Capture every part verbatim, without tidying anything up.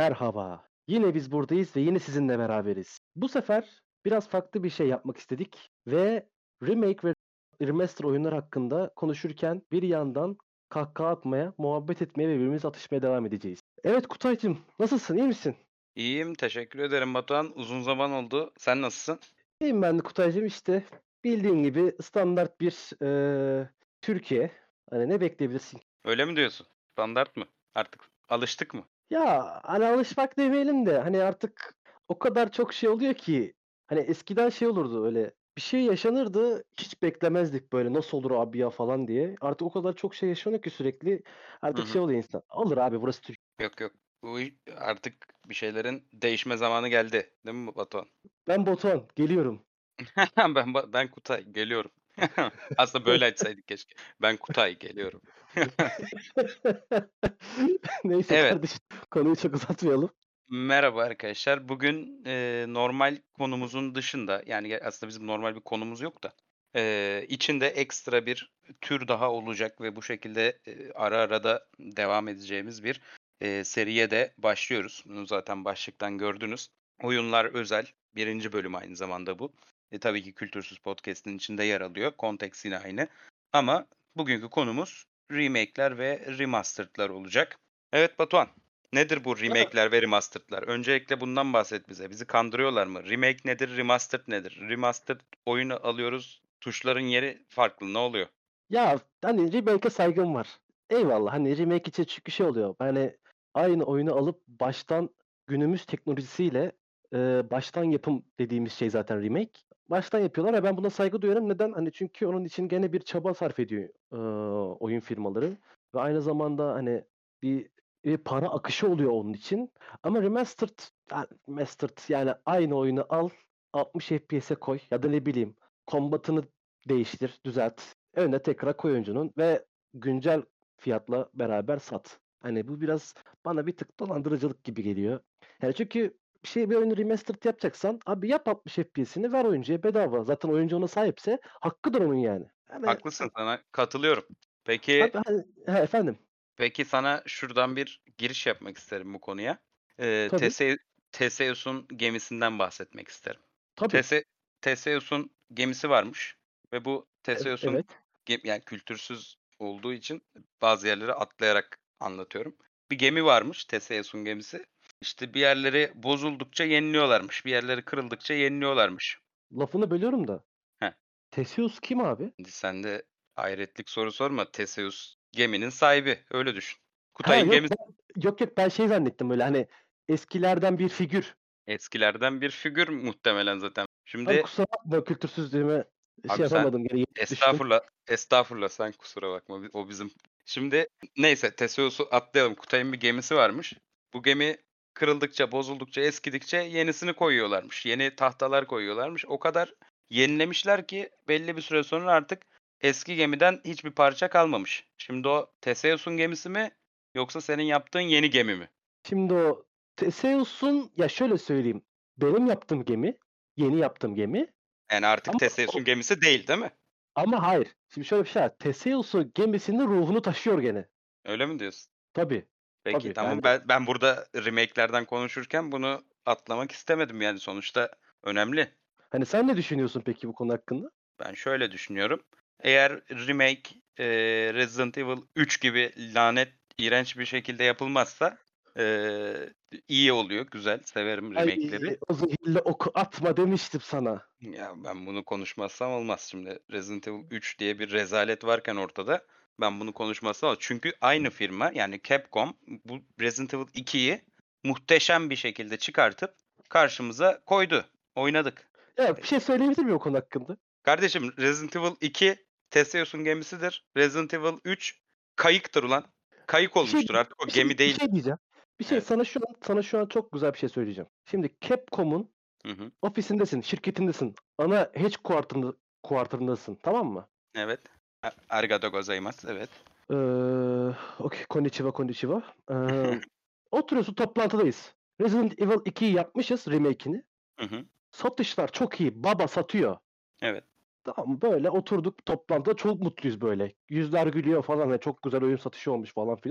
Merhaba. Yine biz buradayız ve yine sizinle beraberiz. Bu sefer biraz farklı bir şey yapmak istedik ve remake ve remaster oyunlar hakkında konuşurken bir yandan kahkaha atmaya, muhabbet etmeye ve birbirimize atışmaya devam edeceğiz. Evet Kutaycığım, nasılsın, iyi misin? İyiyim, teşekkür ederim Batuhan. Uzun zaman oldu. Sen nasılsın? İyiyim ben de Kutaycığım işte bildiğin gibi standart bir eee, Türkiye. Hani ne bekleyebilirsin? Öyle mi diyorsun? Standart mı? Artık alıştık mı? Ya, hani, alışmak demeyelim de, hani, artık o kadar çok şey oluyor ki, hani, eskiden şey olurdu öyle, bir şey yaşanırdı, hiç beklemezdik böyle, "Nasıl olur abi ya?" falan diye. Artık o kadar çok şey yaşanıyor ki sürekli, Hı artık hı. şey oluyor insan, "Olur abi burası Türkiye." Yok yok. Bu i artık bir şeylerin değişme zamanı geldi. Değil mi Batuhan? Ben Batuhan, geliyorum. Ben ba ben Kutay, geliyorum. Aslında böyle açsaydık keşke. Ben Kutay, geliyorum. Neyse Evet, kardeşim, konuyu çok uzatmayalım. merhaba arkadaşlar. Bugün, eee, normal konumuzun dışında, yani, ge aslında bizim normal bir konumuz yok da, eee, içinde ekstra bir tür daha olacak ve bu şekilde, eee, ara ara da devam edeceğimiz bir, eee, seriye de başlıyoruz. Bunu zaten başlıktan gördünüz. Oyunlar özel birinci bölüm aynı zamanda bu. E, tabii ki Kültürsüz Podcast'in içinde yer alıyor. Konteks yine aynı ama bugünkü konumuz remake'ler ve remastered'lar olacak. Evet Batuhan. Nedir bu Ya remake'ler ve remastered'lar? Öncelikle bundan bahset bize. Bizi kandırıyorlar mı? Remake nedir? Remastered nedir? Remastered oyunu alıyoruz, tuşların yeri farklı. Ne oluyor? ya, hani, remake'e saygım var. Eyvallah, hani, remake için çünkü şey oluyor, hani, aynı oyunu alıp baştan günümüz teknolojisiyle, eee, baştan yapım dediğimiz şey zaten remake. Baştan yapıyorlar ve ben buna saygı duyuyorum. Neden? Hani, çünkü onun için gene bir çaba sarf ediyor, ııı, oyun firmaları ve aynı zamanda, hani, bir, eee, para akışı oluyor onun için. Ama remastered, ya, remastered yani aynı oyunu al, altmış F P S'e koy ya da ne bileyim kombatını değiştir, düzelt. Önüne tekrar koy oyuncunun ve güncel fiyatla beraber sat. Hani bu biraz bana bir tık dolandırıcılık gibi geliyor. Yani çünkü bir şey bir oyunu remastered yapacaksan abi yap altmış F P S'ini ver oyuncuya bedava. Zaten oyuncu ona sahipse hakkıdır onun yani. Yani Haklısın, sana katılıyorum. Peki abi hani he, efendim peki sana şuradan bir giriş yapmak isterim bu konuya. Eee, tabii Tese Theseus'un gemisinden bahsetmek isterim. tabii. Tese Theseus'un gemisi varmış ve bu Ev- Theseus'un evet. gem yani kültürsüz olduğu için bazı yerleri atlayarak anlatıyorum. Bir gemi varmış, Theseus'un gemisi. İşte bir yerleri bozuldukça yeniliyorlarmış, bir yerleri kırıldıkça yeniliyorlarmış. Lafını bölüyorum da. Heh, Theseus kim abi? şimdi sen de hayretlik soru sorma. Theseus geminin sahibi, öyle düşün. Ha Kutay'ın yok gemisi. ben yok yok ben şey zannettim böyle hani eskilerden bir figür. Eskilerden bir figür muhtemelen zaten. Abi Şimdi kusura bakma kültürsüzlüğüme şey abi sen yapamadım gene yenik düştüm. estağfurullah, estağfurullah sen kusura bakma. Bi o bizim. Şimdi neyse Theseus'u atlayalım. Kutay'ın bir gemisi varmış. Bu gemi kırıldıkça, bozuldukça, eskidikçe yenisini koyuyorlarmış. Yeni tahtalar koyuyorlarmış. O kadar yenilemişler ki belli bir süre sonra artık eski gemiden hiçbir parça kalmamış. Şimdi o Theseus'un gemisi mi yoksa senin yaptığın yeni gemi mi? Şimdi o Theseus'un ya şöyle söyleyeyim, benim yaptığım gemi, yeni yaptığım gemi Yani artık ama Theseus'un o gemisi değil, değil mi? ama hayır. Şimdi şöyle bir şey var. Theseus'un gemisinin ruhunu taşıyor gene. Öyle mi diyorsun? Tabii, Peki, tabii. Yani tamam. Ben ben burada remake'lerden konuşurken bunu atlamak istemedim, yani, sonuçta önemli. hani sen ne düşünüyorsun peki bu konu hakkında? Ben şöyle düşünüyorum. Eğer remake, eee, Resident Evil üç gibi lanet, iğrenç bir şekilde yapılmazsa, eee, iyi oluyor, güzel, severim Ay remake'leri. o zehirli oku atma demiştim sana. Ya, ben bunu konuşmazsam olmaz. Şimdi Resident Evil üç diye bir rezalet varken ortada, ben bunu konuşmazsam olmaz. Çünkü aynı firma, yani Capcom, bu Resident Evil ikiyi muhteşem bir şekilde çıkartıp karşımıza koydu. Oynadık. Ya E, bir şey söyleyebilir miyim o konu hakkında? kardeşim, Resident Evil iki Theseus'un gemisidir. Resident Evil üç kayıktır ulan. Kayık Bir şey olmuştur artık, o bir şey gemi bir değil. şey diyeceğim. Bir şey Evet. sana şu an sana şu an çok güzel bir şey söyleyeceğim. Şimdi Capcom'un Hı hı. ofisindesin, şirketindesin. Ana headquarter'ında quarter'ındasın, tamam mı? Evet. A arigato gozaimasu. Evet. Eee, okay, konnichiwa, konnichiwa. Eee, oturuyorsun, toplantıdayız. Resident Evil ikiyi yapmışız remake'ini. Hı hı. Satışlar çok iyi. Baba satıyor. Evet. Tamam mı? Böyle oturduk toplantıda çok mutluyuz böyle. Yüzler gülüyor falan. Hani çok güzel oyun satışı olmuş falan filan.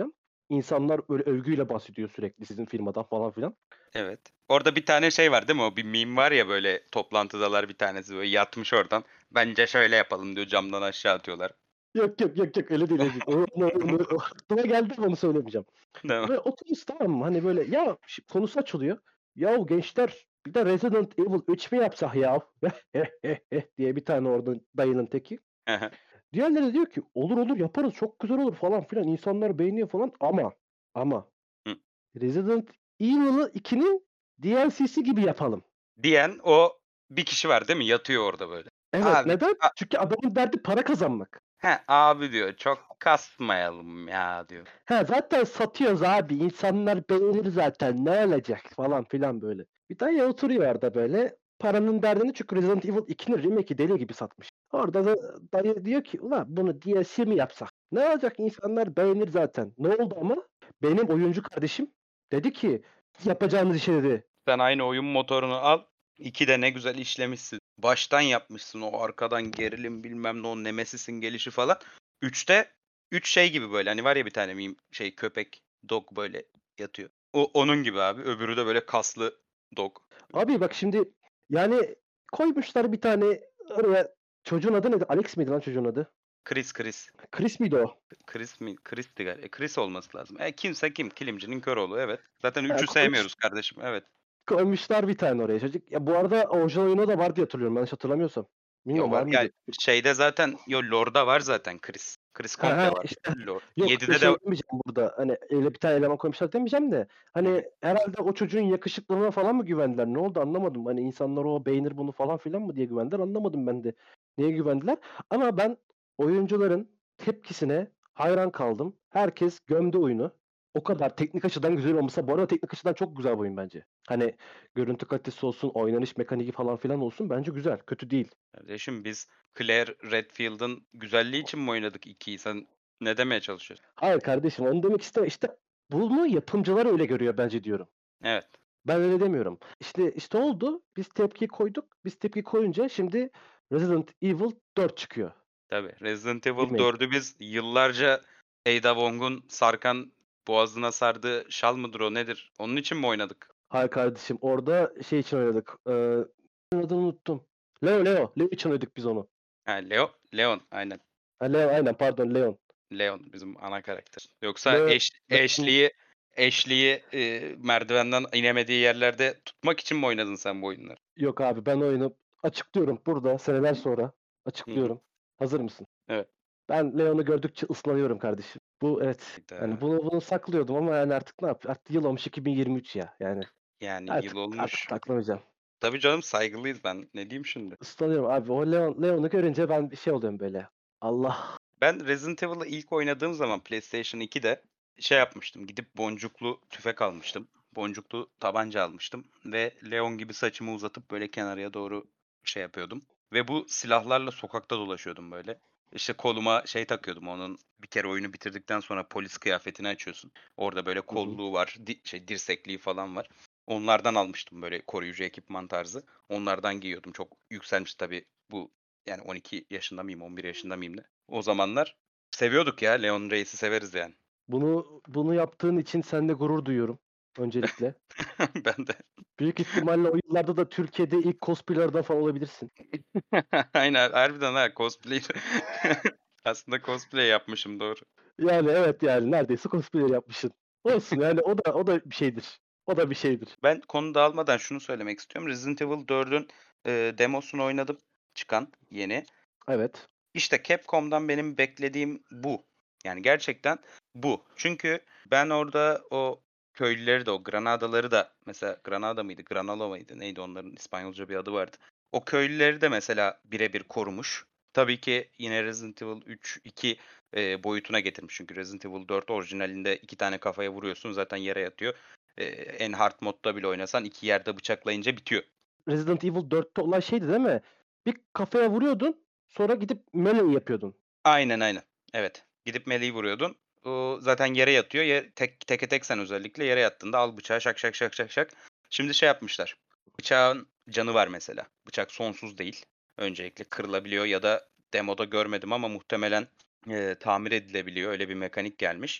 İnsanlar böyle övgüyle bahsediyor sürekli sizin firmadan falan filan. Evet. Orada bir tane şey var değil mi? O bir meme var ya böyle toplantıdalar bir tanesi böyle yatmış oradan. Bence şöyle yapalım diyor camdan aşağı atıyorlar. Yok, yok, yok, yok, öyle değil, öyle değil. Onu onu onu o aklıma geldi ama onu söylemeyeceğim. Değil mi? Ve oturuyoruz, tamam mı? Hani böyle ya ş konusu açılıyor. "Yahu gençler bir de Resident Evil üç mü yapsak ya?" diye bir tane orada dayının teki. Hı hı. Diğerleri de diyor ki "Olur, olur, yaparız, çok güzel olur." falan filan. İnsanlar beğeniyor falan ama ama Hı. Resident Evil'ı ikinin D L C'si gibi yapalım. Diyen o bir kişi var değil mi? Yatıyor orada böyle. Evet, Abi neden? a Çünkü adamın derdi para kazanmak. he, abi diyor çok kasmayalım ya diyor. He, zaten satıyoruz abi. İnsanlar beğenir zaten. Ne olacak falan filan böyle. Bir dayı oturuyor orada böyle. Paranın derdini, çünkü Resident Evil ikinin remake'i deli gibi satmış. Orada da dayı diyor ki ulan bunu D L C mi yapsak? Ne olacak, insanlar beğenir zaten. Ne oldu ama? Benim oyuncu kardeşim dedi ki yapacağımız işe dedi. Sen aynı oyun motorunu al. iki de ne güzel işlemişsin. Baştan yapmışsın o arkadan gerilim bilmem ne o Nemesis'in gelişi falan. üçte üç şey gibi böyle hani var ya bir tane meme şey köpek dog böyle yatıyor. O onun gibi abi. Öbürü de böyle kaslı dog. Abi bak şimdi, yani koymuşlar bir tane oraya, çocuğun adı neydi? Alex miydi lan çocuğun adı? Chris Chris. Chris miydi o? Chris mi? Chris'ti galiba. E, Chris olması lazım. E kimse kim? Kilimcinin kör oğlu evet. Zaten Ha, üçü koymuş, sevmiyoruz kardeşim. Evet. koymuşlar bir tane oraya çocuk. Ya bu arada orijinal oyunda da var diye hatırlıyorum, yanlış hatırlamıyorsam. Yo Bilmiyorum, var var ya mıydı? şeyde zaten yo Lord'da var zaten Chris. Chris Ha, ha, komple var. işte Lord. yok, yedide şey de demeyeceğim burada. Hani öyle bir tane eleman koymuşlar demeyeceğim de. Hı hı. Hani herhalde o çocuğun yakışıklılığına falan mı güvendiler? Ne oldu anlamadım. Hani insanlar o beğenir bunu falan filan mı diye güvendiler, anlamadım ben de. Niye güvendiler? Ama ben oyuncuların tepkisine hayran kaldım. Herkes gömdü oyunu. O kadar teknik açıdan güzel olmasa, bu arada teknik açıdan çok güzel bir oyun bence. Hani görüntü kalitesi olsun, oynanış mekaniği falan filan olsun, bence güzel. Kötü değil. Kardeşim biz Claire Redfield'ın güzelliği için mi oynadık ikiyi? Sen ne demeye çalışıyorsun? Hayır kardeşim, onu demek istemiyorum. İşte bunu yapımcılar öyle görüyor bence diyorum. Evet. Ben öyle demiyorum. İşte işte oldu. Biz tepki koyduk. Biz tepki koyunca şimdi Resident Evil dört çıkıyor. Tabii. Resident Evil Remake. dördü biz yıllarca Ada Wong'un sarkan boğazına sardığı şal mıdır o nedir? Onun için mi oynadık? Hayır kardeşim, orada şey için oynadık. Ee, adını unuttum. Leo Leo. Leo için oynadık biz onu. Ha, Leo, Leon aynen. Ha, Leo, aynen, pardon, Leon. Leon bizim ana karakter. Yoksa Leo, Ash, Leon. Ashley'i Ashley'i e, merdivenden inemediği yerlerde tutmak için mi oynadın sen bu oyunları? Yok abi, ben oyunu açıklıyorum burada seneler sonra. Hı hı. Açıklıyorum. Hazır mısın? Evet. Ben Leon'u gördükçe ıslanıyorum kardeşim. Bu, evet. Yani Hayda. bunu bunu saklıyordum ama yani artık ne yap? Artık yıl olmuş iki bin yirmi üç ya. Yani Yani yıl artık artık olmuş. saklamayacağım. Tabii canım saygılıyız ben. Ne diyeyim şimdi? Islanıyorum abi. O Leon, Leon'u görünce ben bir şey oluyorum böyle. Allah. Ben Resident Evil'ı ilk oynadığım zaman PlayStation ikide şey yapmıştım. Gidip boncuklu tüfek almıştım. Boncuklu tabanca almıştım ve Leon gibi saçımı uzatıp böyle kenarıya doğru şey yapıyordum. Ve bu silahlarla sokakta dolaşıyordum böyle. İşte koluma şey takıyordum onun bir kere oyunu bitirdikten sonra polis kıyafetini açıyorsun. Orada böyle Hı hı. kolluğu var, di- şey dirsekliği falan var. Onlardan almıştım böyle koruyucu ekipman tarzı. Onlardan giyiyordum. Çok yükselmiş tabii bu yani on iki yaşında mıyım, on bir yaşında mıyım ne? O zamanlar seviyorduk ya. Leon Reis'i severiz yani. Bunu bunu yaptığın için seninle gurur duyuyorum öncelikle. Ben de. Büyük ihtimalle o yıllarda da Türkiye'de ilk cosplaylerden falan olabilirsin. Aynen harbiden ha cosplay. Aslında cosplay yapmışım doğru. Yani evet, yani neredeyse cosplayer yapmışsın. Olsun, yani o da o da bir şeydir. O da bir şeydir. Ben konu dağılmadan şunu söylemek istiyorum. Resident Evil dördün eee, demosunu oynadım. Çıkan yeni. Evet. İşte Capcom'dan benim beklediğim bu. Yani gerçekten bu. Çünkü ben orada o köylüleri de o Granadaları da mesela Granada mıydı? Granada mıydı? Neydi onların İspanyolca bir adı vardı. O köylüleri de mesela birebir korumuş. Tabii ki yine Resident Evil üç iki e, boyutuna getirmiş. Çünkü Resident Evil dört orijinalinde iki tane kafaya vuruyorsun zaten yere yatıyor. E, en hard modda bile oynasan iki yerde bıçaklayınca bitiyor. Resident Evil dörtte olan şeydi değil mi? Bir kafaya vuruyordun, sonra gidip melee yapıyordun. Aynen, aynen. Evet. Gidip meleği vuruyordun. O zaten yere yatıyor. Ye tek teke tek sen özellikle yere yattığında al bıçağı şak şak şak şak şak. Şimdi şey yapmışlar. Bıçağın canı var mesela. Bıçak sonsuz değil. Öncelikle kırılabiliyor ya da demoda görmedim ama muhtemelen e, tamir edilebiliyor. Öyle bir mekanik gelmiş.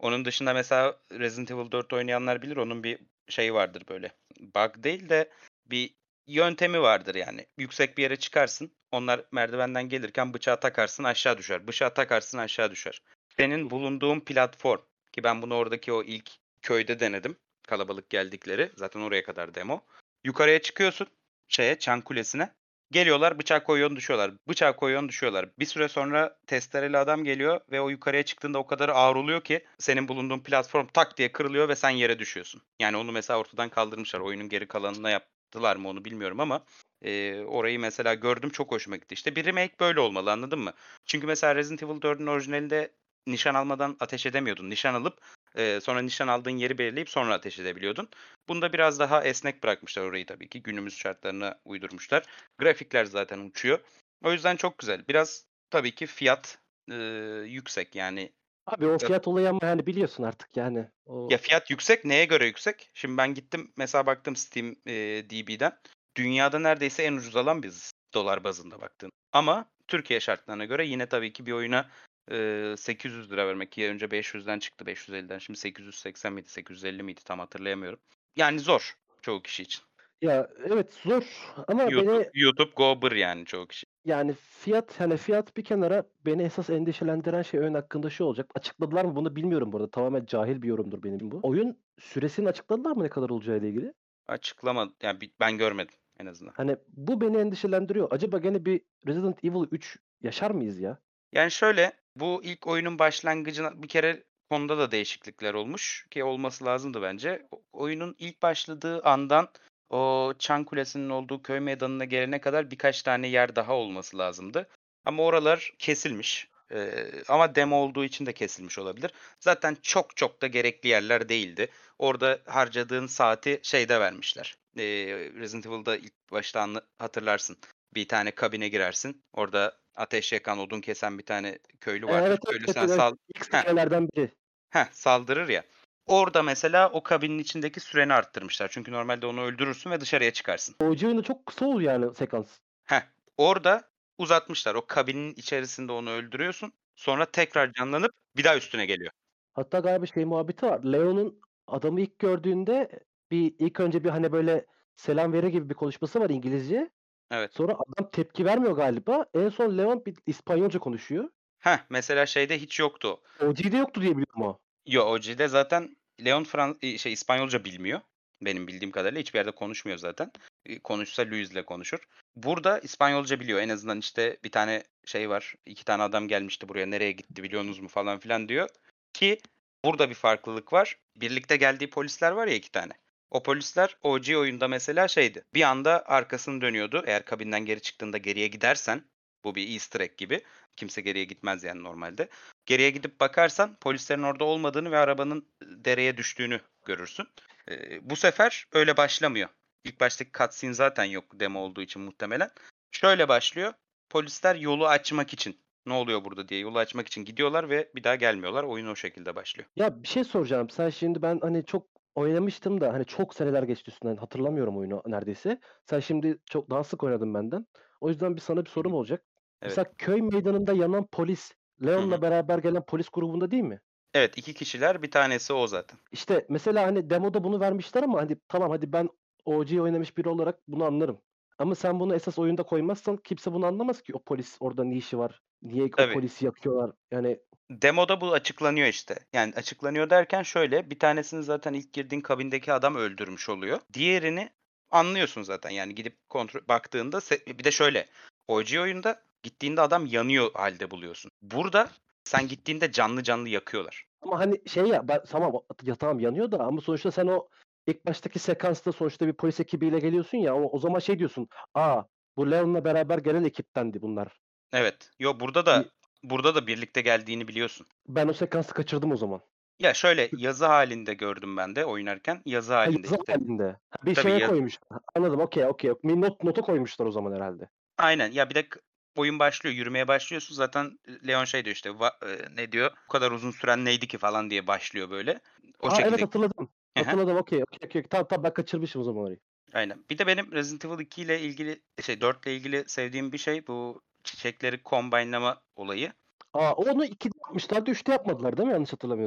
Onun dışında mesela Resident Evil dört oynayanlar bilir, onun bir şeyi vardır böyle. Bug değil de bir yöntemi vardır yani. Yüksek bir yere çıkarsın. Onlar merdivenden gelirken bıçağı takarsın aşağı düşer. Bıçağı takarsın aşağı düşer. Hı Senin hı. bulunduğun platform ki ben bunu oradaki o ilk köyde denedim. Kalabalık geldikleri. Zaten oraya kadar demo. Yukarıya çıkıyorsun şeye, çan kulesine. Geliyorlar bıçak koyuyorsun düşüyorlar. Bıçak koyuyorsun düşüyorlar. Bir süre sonra testereli adam geliyor ve o yukarıya çıktığında o kadar ağır oluyor ki senin bulunduğun platform tak diye kırılıyor ve sen yere düşüyorsun. Yani onu mesela ortadan kaldırmışlar. Oyunun geri kalanına yaptılar mı onu bilmiyorum ama eee, orayı mesela gördüm çok hoşuma gitti. İşte bir remake böyle olmalı anladın mı? Çünkü mesela Resident Evil dördün orijinalinde nişan almadan ateş edemiyordun. Nişan alıp eee, sonra nişan aldığın yeri belirleyip sonra ateş edebiliyordun. Bunda biraz daha esnek bırakmışlar orayı tabii ki. Günümüz şartlarına uydurmuşlar. Grafikler zaten uçuyor. O yüzden çok güzel. Biraz tabii ki fiyat, ııı, yüksek yani. Abi o Yap fiyat olayı ama yani biliyorsun artık yani. Ya, O fiyat yüksek, neye göre yüksek? Şimdi ben gittim mesela baktım Steam, eee, D B'den. Dünyada neredeyse en ucuz alan biziz dolar bazında baktığın. Ama Türkiye şartlarına göre yine tabii ki bir oyuna, eee, sekiz yüz lira vermek ki önce beş yüzden çıktı, beş yüz elliden şimdi sekiz yüz seksen miydi, sekiz yüz elli miydi tam hatırlayamıyorum. Yani zor çoğu kişi için. ya evet zor ama YouTube beni YouTube Go yani çoğu kişi. yani fiyat hani fiyat bir kenara beni esas endişelendiren şey oyun hakkında şu olacak. Açıkladılar mı bunu bilmiyorum bu arada. Tamamen cahil bir yorumdur benim bu. Oyun süresini açıkladılar mı ne kadar olacağıyla ilgili? Açıklama yani bi ben görmedim en azından. Hani bu beni endişelendiriyor. Acaba gene bir Resident Evil üç yaşar mıyız ya? Yani, şöyle, bu ilk oyunun başlangıcına bir kere konuda da değişiklikler olmuş ki olması lazımdı bence. O oyunun ilk başladığı andan o Çan Kulesi'nin olduğu köy meydanına gelene kadar birkaç tane yer daha olması lazımdı. Ama oralar kesilmiş. Eee, ama demo olduğu için de kesilmiş olabilir. Zaten çok çok da gerekli yerler değildi. Orada harcadığın saati şeyde vermişler. Eee, Resident Evil'da ilk başta anla hatırlarsın. Bir tane kabine girersin. Orada ateş yakan, odun kesen bir tane köylü Eee, vardır. evet, evet, Köylü evet, sana evet. sal İlk Heh, sekmelerden biri. heh, saldırır ya. Orada mesela o kabinin içindeki süreni arttırmışlar. Çünkü normalde onu öldürürsün ve dışarıya çıkarsın. O oyunda çok kısa oluyor yani sekans. Heh, orada uzatmışlar. O kabinin içerisinde onu öldürüyorsun. Sonra tekrar canlanıp bir daha üstüne geliyor. Hatta galiba şey muhabbeti var. Leon'un adamı ilk gördüğünde bir ilk önce bir, hani, böyle selam verir gibi bir konuşması var İngilizce. Evet. Sonra adam tepki vermiyor galiba. En son Leon bir İspanyolca konuşuyor. Heh, mesela şeyde hiç yoktu o. O G'de yoktu diye biliyorum o. Yo, O G'de zaten Leon Fran iii, şey, İspanyolca bilmiyor. Benim bildiğim kadarıyla hiçbir yerde konuşmuyor zaten. İii, konuşsa Luis'le konuşur. Burada İspanyolca biliyor. En azından, işte, bir tane şey var, iki tane adam gelmişti buraya, "Nereye gitti biliyorsunuz mu?" falan filan diyor ki burada bir farklılık var. Birlikte geldiği polisler var ya iki tane. O polisler O G oyunda mesela şeydi, bir anda arkasını dönüyordu. Eğer kabinden geri çıktığında geriye gidersen, bu bir easter egg gibi. Kimse geriye gitmez yani normalde. Geriye gidip bakarsan polislerin orada olmadığını ve arabanın, dereye düştüğünü görürsün. Eee, bu sefer öyle başlamıyor. İlk baştaki cutscene zaten yok demo olduğu için muhtemelen. Şöyle başlıyor. Polisler yolu açmak için, "Ne oluyor burada?" diye yolu açmak için gidiyorlar ve bir daha gelmiyorlar. Oyun o şekilde başlıyor. Ya, bir şey soracağım. Sen şimdi ben, hani, çok oynamıştım da, hani, çok seneler geçti üstünden. Hatırlamıyorum oyunu neredeyse. Sen şimdi çok daha sık oynadın benden. O yüzden bir sana bir Hı hı. sorum olacak. Evet. Mesela köy meydanında yanan polis, Hı hı. Leon'la beraber gelen polis grubunda değil mi? Evet, iki kişiler, bir tanesi o zaten. İşte, mesela, hani, demoda bunu vermişler ama, hani, tamam, hadi ben O G'yi oynamış biri olarak bunu anlarım. Ama sen bunu esas oyunda koymazsan kimse bunu anlamaz ki o polis orada ne işi var? Niye o Tabii. polisi yakıyorlar? Yani Demoda bu açıklanıyor işte. Yani açıklanıyor derken şöyle, bir tanesini zaten ilk girdiğin kabindeki adam öldürmüş oluyor. Diğerini anlıyorsun zaten yani gidip kontrol baktığında se bir de şöyle, O G oyunda gittiğinde adam yanıyor hâlde buluyorsun. Burada sen gittiğinde canlı canlı yakıyorlar. ama, hani, şey ya, ben tamam, ya, tamam yanıyor da ama sonuçta sen o ilk baştaki sekansta sonuçta bir polis ekibiyle geliyorsun ya, o o zaman şey diyorsun, "A, bu Leon'la beraber gelen ekiptendi bunlar." Evet. Yo, burada Hani, da burada da birlikte geldiğini biliyorsun. ben o sekansı kaçırdım o zaman. Ya şöyle, yazı hâlinde gördüm ben de oynarken. Yazı Ha, hâlinde yazı işte. hâlinde. Ha, bir Tabii şeye yaz koymuşlar. Anladım, okay, okay. Bir not nota koymuşlar o zaman herhâlde. Aynen. Ya, bir de k oyun başlıyor, yürümeye başlıyorsun zaten, Leon şey diyor, işte, va eee, ne diyor? "Bu kadar uzun süren neydi ki?" falan diye başlıyor böyle. O A, evet şekilde. hatırladım. Hı hı. Hatırladım, okay, okay, okay. Tamam, tamam ben kaçırmışım o zaman orayı. Aynen. Bir de benim Resident Evil iki ile ilgili, şey, dört ile ilgili sevdiğim bir şey bu çiçekleri combine'lama olayı. A, onu ikide yapmışlardı, üçte yapmadılar değil mi yanlış hatırlamıyorsam?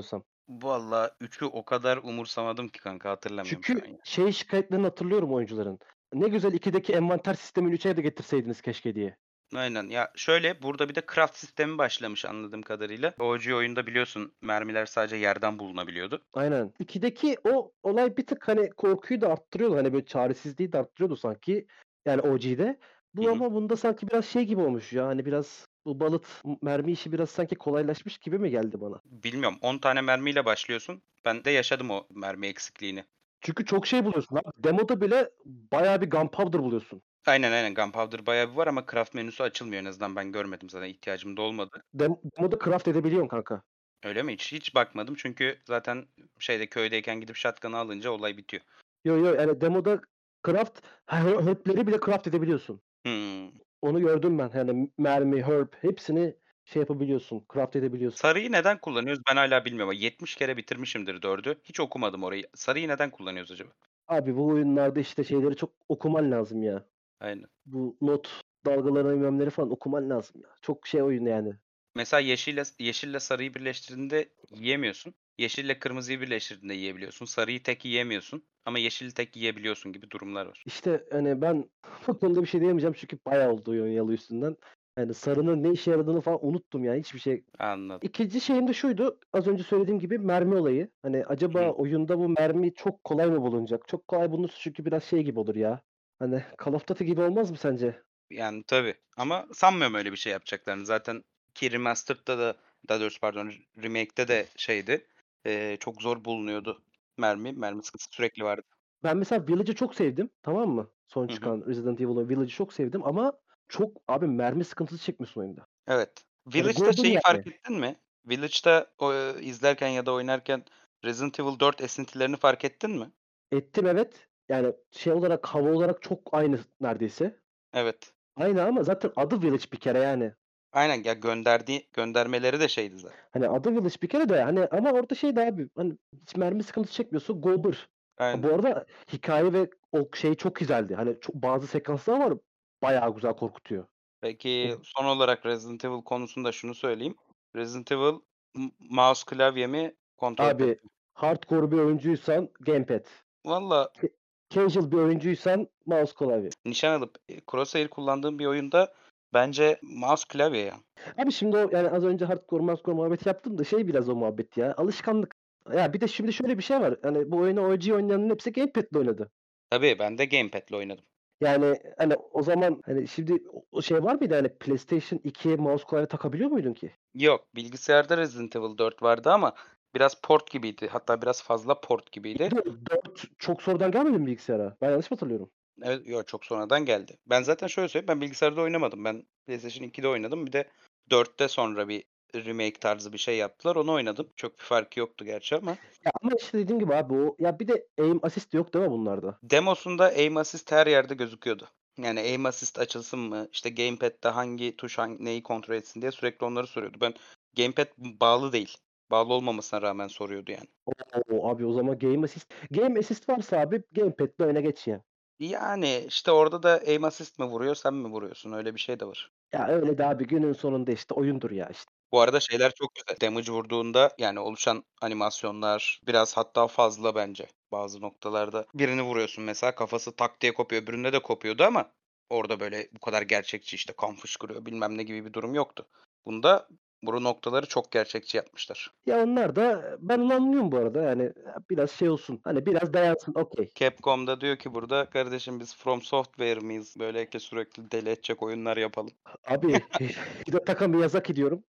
Valla üçü o kadar umursamadım ki kanka hatırlamıyorum şu Çünkü an ya. şey şikayetlerini hatırlıyorum oyuncuların. "Ne güzel ikideki envanter sistemini üçe de getirseydiniz keşke." diye. Aynen. Ya şöyle burada bir de craft sistemi başlamış anladığım kadarıyla. O G oyunda biliyorsun mermiler sadece yerden bulunabiliyordu. Aynen. ikideki o olay bir tık, hani, korkuyu da arttırıyordu. Hani, böyle çaresizliği de arttırıyordu sanki. Yani O G'de. Hı Bu hı. ama bunda sanki biraz şey gibi olmuş ya, hani, biraz bu balıt m mermi işi biraz sanki kolaylaşmış gibi mi geldi bana? Bilmiyorum on tane mermiyle başlıyorsun. Ben de yaşadım o mermi eksikliğini. Çünkü çok şey buluyorsun abi. Demoda bile bayağı bir gunpowder buluyorsun. Aynen aynen Gunpowder bayağı bir var ama craft menüsü açılmıyor en azından ben görmedim zaten ihtiyacım da olmadı. Dem demoda craft edebiliyorsun kanka. Öyle mi? Hiç hiç bakmadım çünkü zaten şeyde köydeyken gidip shotgun'ı alınca olay bitiyor. Yo, yo, yani demoda craft her herb'leri bile craft edebiliyorsun. Hımm. Onu gördüm ben. Yani mermi, herb hepsini şey yapabiliyorsun, craft edebiliyorsun. Sarıyı neden kullanıyoruz ben hâlâ bilmiyorum. yetmiş kere bitirmişimdir dördü. Hiç okumadım orayı. Sarıyı neden kullanıyoruz acaba? Abi bu oyunlarda, işte, şeyleri çok okuman lazım ya. Aynen. Bu not dalgaları, bilmemleri falan okuman lazım ya. Çok şey oyun yani. Mesela yeşille yeşille sarıyı birleştirdiğinde yiyemiyorsun. Yeşille kırmızıyı birleştirdiğinde yiyebiliyorsun. Sarıyı tek yiyemiyorsun ama yeşili tek yiyebiliyorsun gibi durumlar var. İşte, hani, ben bu konuda bir şey diyemeyeceğim çünkü bayağı oldu oynayalı üstünden. Yani sarının ne işe yaradığını falan unuttum ya, hiçbir şey. Anladım. ikinci şeyim de şuydu, az önce söylediğim gibi mermi olayı. Hani, Hı acaba hı. oyunda bu mermi çok kolay mı bulunacak? Çok kolay bulunursa çünkü biraz şey gibi olur ya, hani, Call of Duty gibi olmaz mı sence? Yani tabii ama sanmıyorum öyle bir şey yapacaklarını. Zaten ki Remastered'da da daha doğrusu pardon Remake'de de şeydi, eee, çok zor bulunuyordu mermi. Mermi sıkıntısı sürekli vardı. Ben mesela Village'ı çok sevdim, tamam mı? Son Hı hı. çıkan Resident Evil'ın Village'ı çok sevdim ama çok abi mermi sıkıntısı çekmiyorsun oyunda. Evet. Hani Village'da Gober şeyi fark yani. ettin mi? Village'da o, eee, izlerken ya da oynarken Resident Evil dört esintilerini fark ettin mi? Ettim evet. Yani şey olarak, hava olarak çok aynı neredeyse. Evet. Aynı ama zaten adı Village bir kere yani. Aynen ya gönderdiği göndermeleri de şeydi zaten. Hani adı Village bir kere de hani ama orada şeydi abi, hani hiç mermi sıkıntısı çekmiyorsun, Gober. Ha, Aynen. bu arada hikâye ve o şey çok güzeldi. Hani çok bazı sekanslar var, bayağı güzel korkutuyor. O Peki son olarak Resident Evil konusunda şunu söyleyeyim. Resident Evil m mouse klavye mi, kontrol pad abi mi? hardcore bir oyuncuysan gamepad. Valla Ca casual bir oyuncuysan mouse klavye. nişan alıp, eee, crosshair kullandığım bir oyunda bence mouse klavye ya. Abi şimdi o yani az önce hardcore marscore muhabbeti yaptım da şey biraz o muhabbet ya, alışkanlık. Ya bir de şimdi şöyle bir şey var, hani bu oyunu O G oynayanların hepsi gamepad'le oynadı. Tabii ben de gamepad'le oynadım. Yani, hani, o zaman, hani, şimdi o o şey var mıydı, hani, PlayStation ikiye mouse klavye takabiliyor muydun ki? Yok, bilgisayarda Resident Evil dört vardı ama biraz port gibiydi. Hatta biraz fazla port gibiydi. dört çok sonradan gelmedi mi bilgisayara? Ben yanlış mı hatırlıyorum? Evet, yo, çok sonradan geldi. Ben zaten şöyle söyleyeyim, ben bilgisayarda oynamadım. Ben PlayStation ikide oynadım. Bir de dörtte sonra bir remake tarzı bir şey yaptılar. Onu oynadım. Çok bir farkı yoktu gerçi ama. Ya, ama işte dediğim gibi abi o ya bir de aim assist yok değil mi bunlarda? Demosunda aim assist her yerde gözüküyordu. Yani aim assist açılsın mı, işte gamepad'de hangi tuş hangi neyi kontrol etsin diye sürekli onları soruyordu. Ben gamepad bağlı değil. Bağlı olmamasına rağmen soruyordu yani. O abi o zaman game assist game assist varsa abi gamepad'le oyuna geç ya. Yani, işte, orada da aim assist mi vuruyor, sen mi vuruyorsun? Öyle bir şey de var. Ya öyle de abi günün sonunda işte oyundur ya işte. Bu arada şeyler çok güzel. Damage vurduğunda, yani, oluşan animasyonlar biraz hatta fazla bence bazı noktalarda. Birini vuruyorsun mesela kafası tak diye kopuyor. Öbüründe de kopuyordu ama orada, böyle, bu kadar gerçekçi, işte, kan fışkırıyor bilmem ne gibi bir durum yoktu. Bunda bu noktaları çok gerçekçi yapmışlar. Ya onlar da ben onu anlıyorum bu arada yani biraz şey olsun, hani biraz dayansın okay. Capcom da diyor ki burada, "Kardeşim biz From Software mıyız? Böyle ki sürekli deli edecek oyunlar yapalım." Abi Hidetaka Miyazaki diyorum.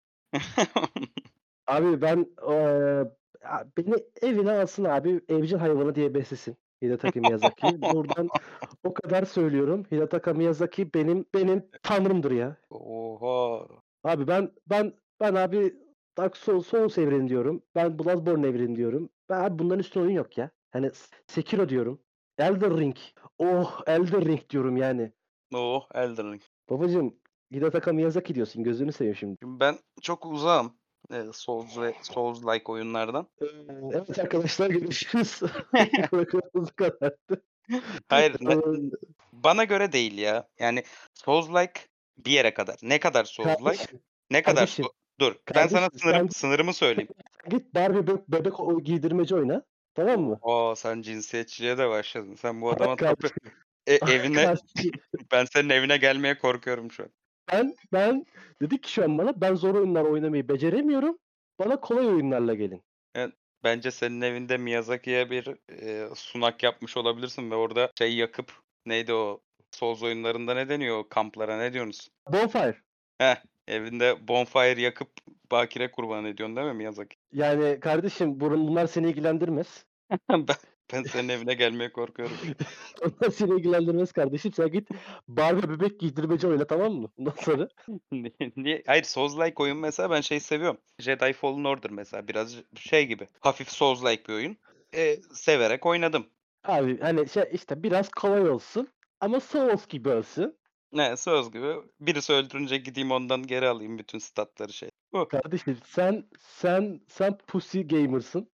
Abi ben, eee, ya beni evine alsın abi, evcil hayvanı diye beslesin Hidetaka Miyazaki. Buradan o kadar söylüyorum. Hidetaka Miyazaki benim benim tanrımdır ya. Oha! Abi ben ben ben abi Dark Souls, Souls evreni diyorum. Ben Bloodborne evreni diyorum. Ben abi bunların üstüne oyun yok ya. Hani S Sekiro diyorum. Elden Ring. Oh, Elden Ring diyorum yani. Oh, Elden Ring. Babacım Hidetaka Miyazaki diyorsun. Gözünü seveyim şimdi. Şimdi ben çok uzağım, eee, Souls ve Souls-like oyunlardan. Eee, evet arkadaşlar görüşürüz. Bu kadardı. Hayır, ne Eee, bana göre değil ya. Yani Souls-like bir yere kadar. Ne kadar Souls-like? kardeşim, Ne kadar so kardeşim. Dur, ben sana Kardeşim sınırım sen sınırımı söyleyeyim. git Barbie be bebek o giydirmeci oyna. Tamam mı? Oha, sen cinsiyetçiliğe de başladın. Sen bu Hayır adama tapu kardeşim. e evine Kardeşim ben senin evine gelmeye korkuyorum şu an. ben ben dedi ki şu an bana ben zor oyunlar oynamayı beceremiyorum. Bana kolay oyunlarla gelin. Evet, bence senin evinde Miyazaki'ye bir, eee, sunak yapmış olabilirsin ve orada şey yakıp neydi o Souls oyunlarında ne deniyor o kamplara, ne diyorsunuz? Bonfire. Heh, evinde bonfire yakıp bakire kurban ediyorsun değil mi Miyazaki? Yani kardeşim burun bunlar seni ilgilendirmez. Ben ben senin evine gelmeye korkuyorum şu an. Onlar seni ilgilendirmez kardeşim. Sen git Barbie bebek giydirmeci oyna tamam mı? Bundan sonra. Niye niye? Hayır, Souls-like oyun mesela ben şey seviyorum. Jedi Fallen Order mesela biraz şey gibi, hafif Souls-like bir oyun. Eee, severek oynadım. Abi hani şey işte biraz kolay olsun ama Souls gibi olsun. Ne, söz gibi birisi öldürünce gideyim ondan geri alayım bütün statları şey. Bu. Kardeşim sen sen sen pussy gamer'sın.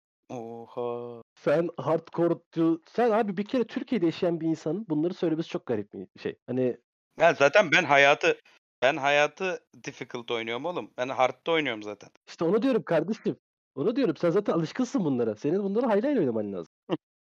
Oha! Sen hardcore'cu sen abi bir kere Türkiye'de yaşayan bir insanın bunları söylemesi çok garip bir şey. Hani Ya, zaten ben hayatı ben hayatı difficult oynuyorum oğlum. Ben hard'da oynuyorum zaten. işte onu diyorum kardeşim. Onu diyorum. Sen zaten alışkınsın bunlara. Senin bunları haylayla oynaman lazım.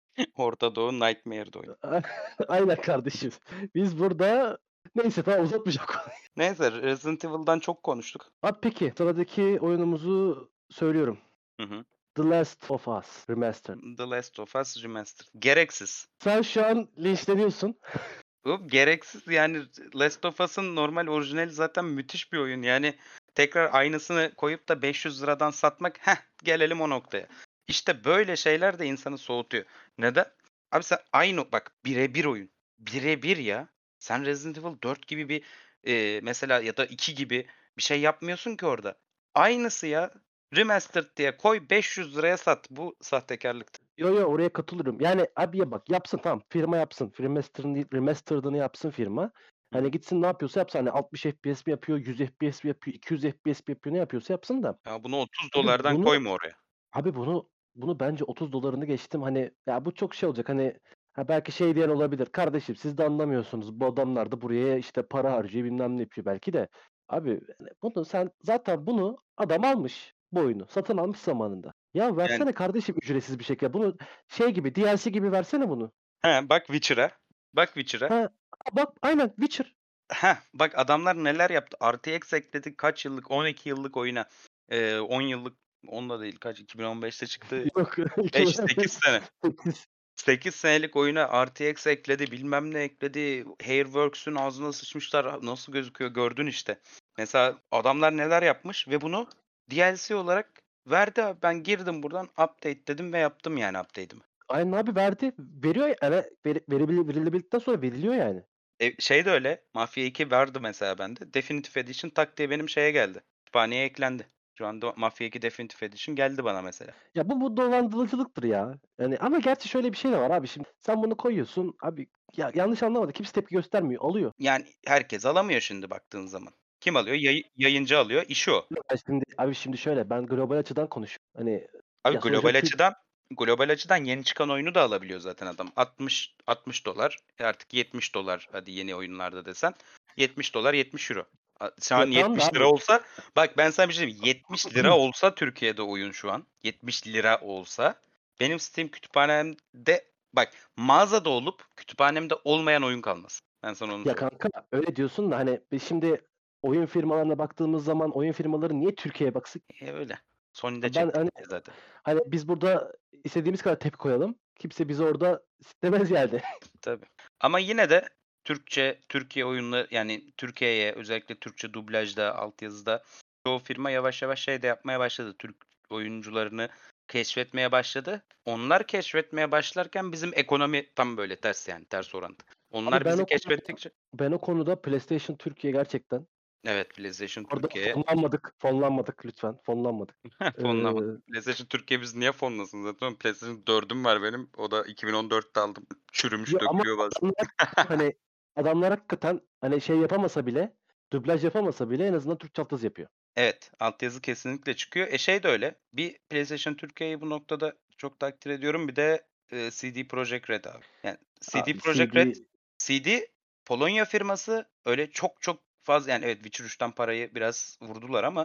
Orta Doğu Nightmare'da oynuyorum. Aynen kardeşim. Biz burada neyse tamam uzatmayacağım konuyu. Neyse, Resident Evil'dan çok konuştuk. Abi peki sıradaki oyunumuzu söylüyorum. Hı hı. The Last of Us Remastered. The Last of Us Remastered. Gereksiz. Sen şu an linçleniyorsun. Oğlum gereksiz yani Last of Us'ın normal orijinali zaten müthiş bir oyun. Yani tekrar aynısını koyup da beş yüz liradan satmak, heh, gelelim o noktaya. İşte böyle şeyler de insanı soğutuyor. Neden? Abi sen aynı bak birebir oyun. Birebir ya. Sen Resident Evil dört gibi bir e, mesela ya da iki gibi bir şey yapmıyorsun ki orada. Aynısı ya. Remastered diye koy beş yüz liraya sat. Bu sahtekarlıktır. Yo yo oraya katılıyorum. Yani abi ya bak yapsın tamam firma yapsın. Remastered'ını remastered'ını yapsın firma. Hı hı. Hani gitsin ne yapıyorsa yapsın. Hani altmış F P S mi yapıyor, yüz F P S mi yapıyor, iki yüz F P S mi yapıyor ne yapıyorsa yapsın da. Ya bunu otuz Abi dolardan bunu koyma oraya. Abi bunu bunu bence otuz dolarını geçtim. Hani ya bu çok şey olacak. Hani ha belki şey diyen olabilir. Kardeşim siz de anlamıyorsunuz. Bu adamlar da buraya işte para harcıyor bilmem ne yapıyor belki de. Abi hani bunu sen zaten bunu adam almış bu oyunu. Satın almış zamanında. Ya Yani versene kardeşim ücretsiz bir şekilde. Bunu şey gibi D L C gibi versene bunu. he, bak Witcher'a. Bak Witcher'a. Ha bak aynen Witcher. Heh, bak adamlar neler yaptı. R T X ekledi kaç yıllık? on iki yıllık oyuna. Eee, on yıllık on da değil kaç? iki bin on beşte çıktı. Yok beş sekiz sene. iki bin on sekiz. sekiz senelik oyuna R T X ekledi, bilmem ne ekledi. Hairworks'ün ağzına sıçmışlar. Nasıl gözüküyor gördün işte. Mesela adamlar neler yapmış ve bunu D L C olarak verdi abi. Ben girdim buradan update dedim ve yaptım yani update'imi. Aynen abi verdi. Veriyor yani veri, verebil- verildikten sonra veriliyor yani. E, şey de öyle. Mafia iki vardı mesela bende. Definitive Edition tak diye benim şeye geldi. Kütüphaneye eklendi. Şu anda Mafia iki Definitive Edition geldi bana mesela. Ya bu bu dolandırıcılıktır ya. Yani ama gerçi şöyle bir şey de var abi şimdi sen bunu koyuyorsun abi ya yanlış anlamadı kimse tepki göstermiyor alıyor. Yani herkes alamıyor şimdi baktığın zaman. Kim alıyor? Yayı yayıncı alıyor. İşi o. Yok, ben şimdi abi şimdi şöyle ben global açıdan konuşuyorum. Hani Abi ya sonuçta global Türk açıdan global açıdan yeni çıkan oyunu da alabiliyor zaten adam. altmış altmış dolar e artık yetmiş dolar hadi yeni oyunlarda desen. yetmiş dolar yetmiş euro. A şu an ya tamam da yetmiş lira abi olsa bak ben sana bir şey diyeyim. yetmiş lira olsa Türkiye'de oyun şu an. yetmiş lira olsa benim Steam kütüphanemde bak mağazada olup kütüphanemde olmayan oyun kalmaz. Ben sana onu ya söyleyeyim. kanka öyle diyorsun da hani biz şimdi oyun firmalarına baktığımız zaman oyun firmaları niye Türkiye'ye baksın? E, öyle. Sony de Ben çekti hani gitti zaten. hani biz burada istediğimiz kadar tepki koyalım. Kimse bizi orada istemez yani. Tabii. Ama yine de Türkçe, Türkiye oyunları yani Türkiye'ye özellikle Türkçe dublajda, altyazıda çoğu firma yavaş yavaş şey de yapmaya başladı. Türk oyuncularını keşfetmeye başladı. Onlar keşfetmeye başlarken bizim ekonomi tam böyle ters yani ters orantı. Abi Onlar ben bizi o konuda keşfettikçe ben o konuda PlayStation Türkiye gerçekten evet PlayStation orada Türkiye'ye fonlanmadık. Fonlanmadık lütfen. Fonlanmadık. Eee, fonlamadı. PlayStation Türkiye biz niye fonlasın zaten? PlayStation dördüm var benim. O da iki bin on dörtte aldım. Çürümüş, yo ama dökülüyor bazen. adamlar hakikaten, hani adamlar hakikaten hani şey yapamasa bile dublaj yapamasa bile en azından Türkçe altyazı yapıyor. Evet, altyazı kesinlikle çıkıyor. E, şey de öyle, bir PlayStation Türkiye'yi bu noktada çok takdir ediyorum. Bir de, eee, C D Projekt Red abi. Yani C D Abi Projekt Red, C D C D Polonya firması öyle çok çok fazla yani evet Witcher üçten parayı biraz vurdular ama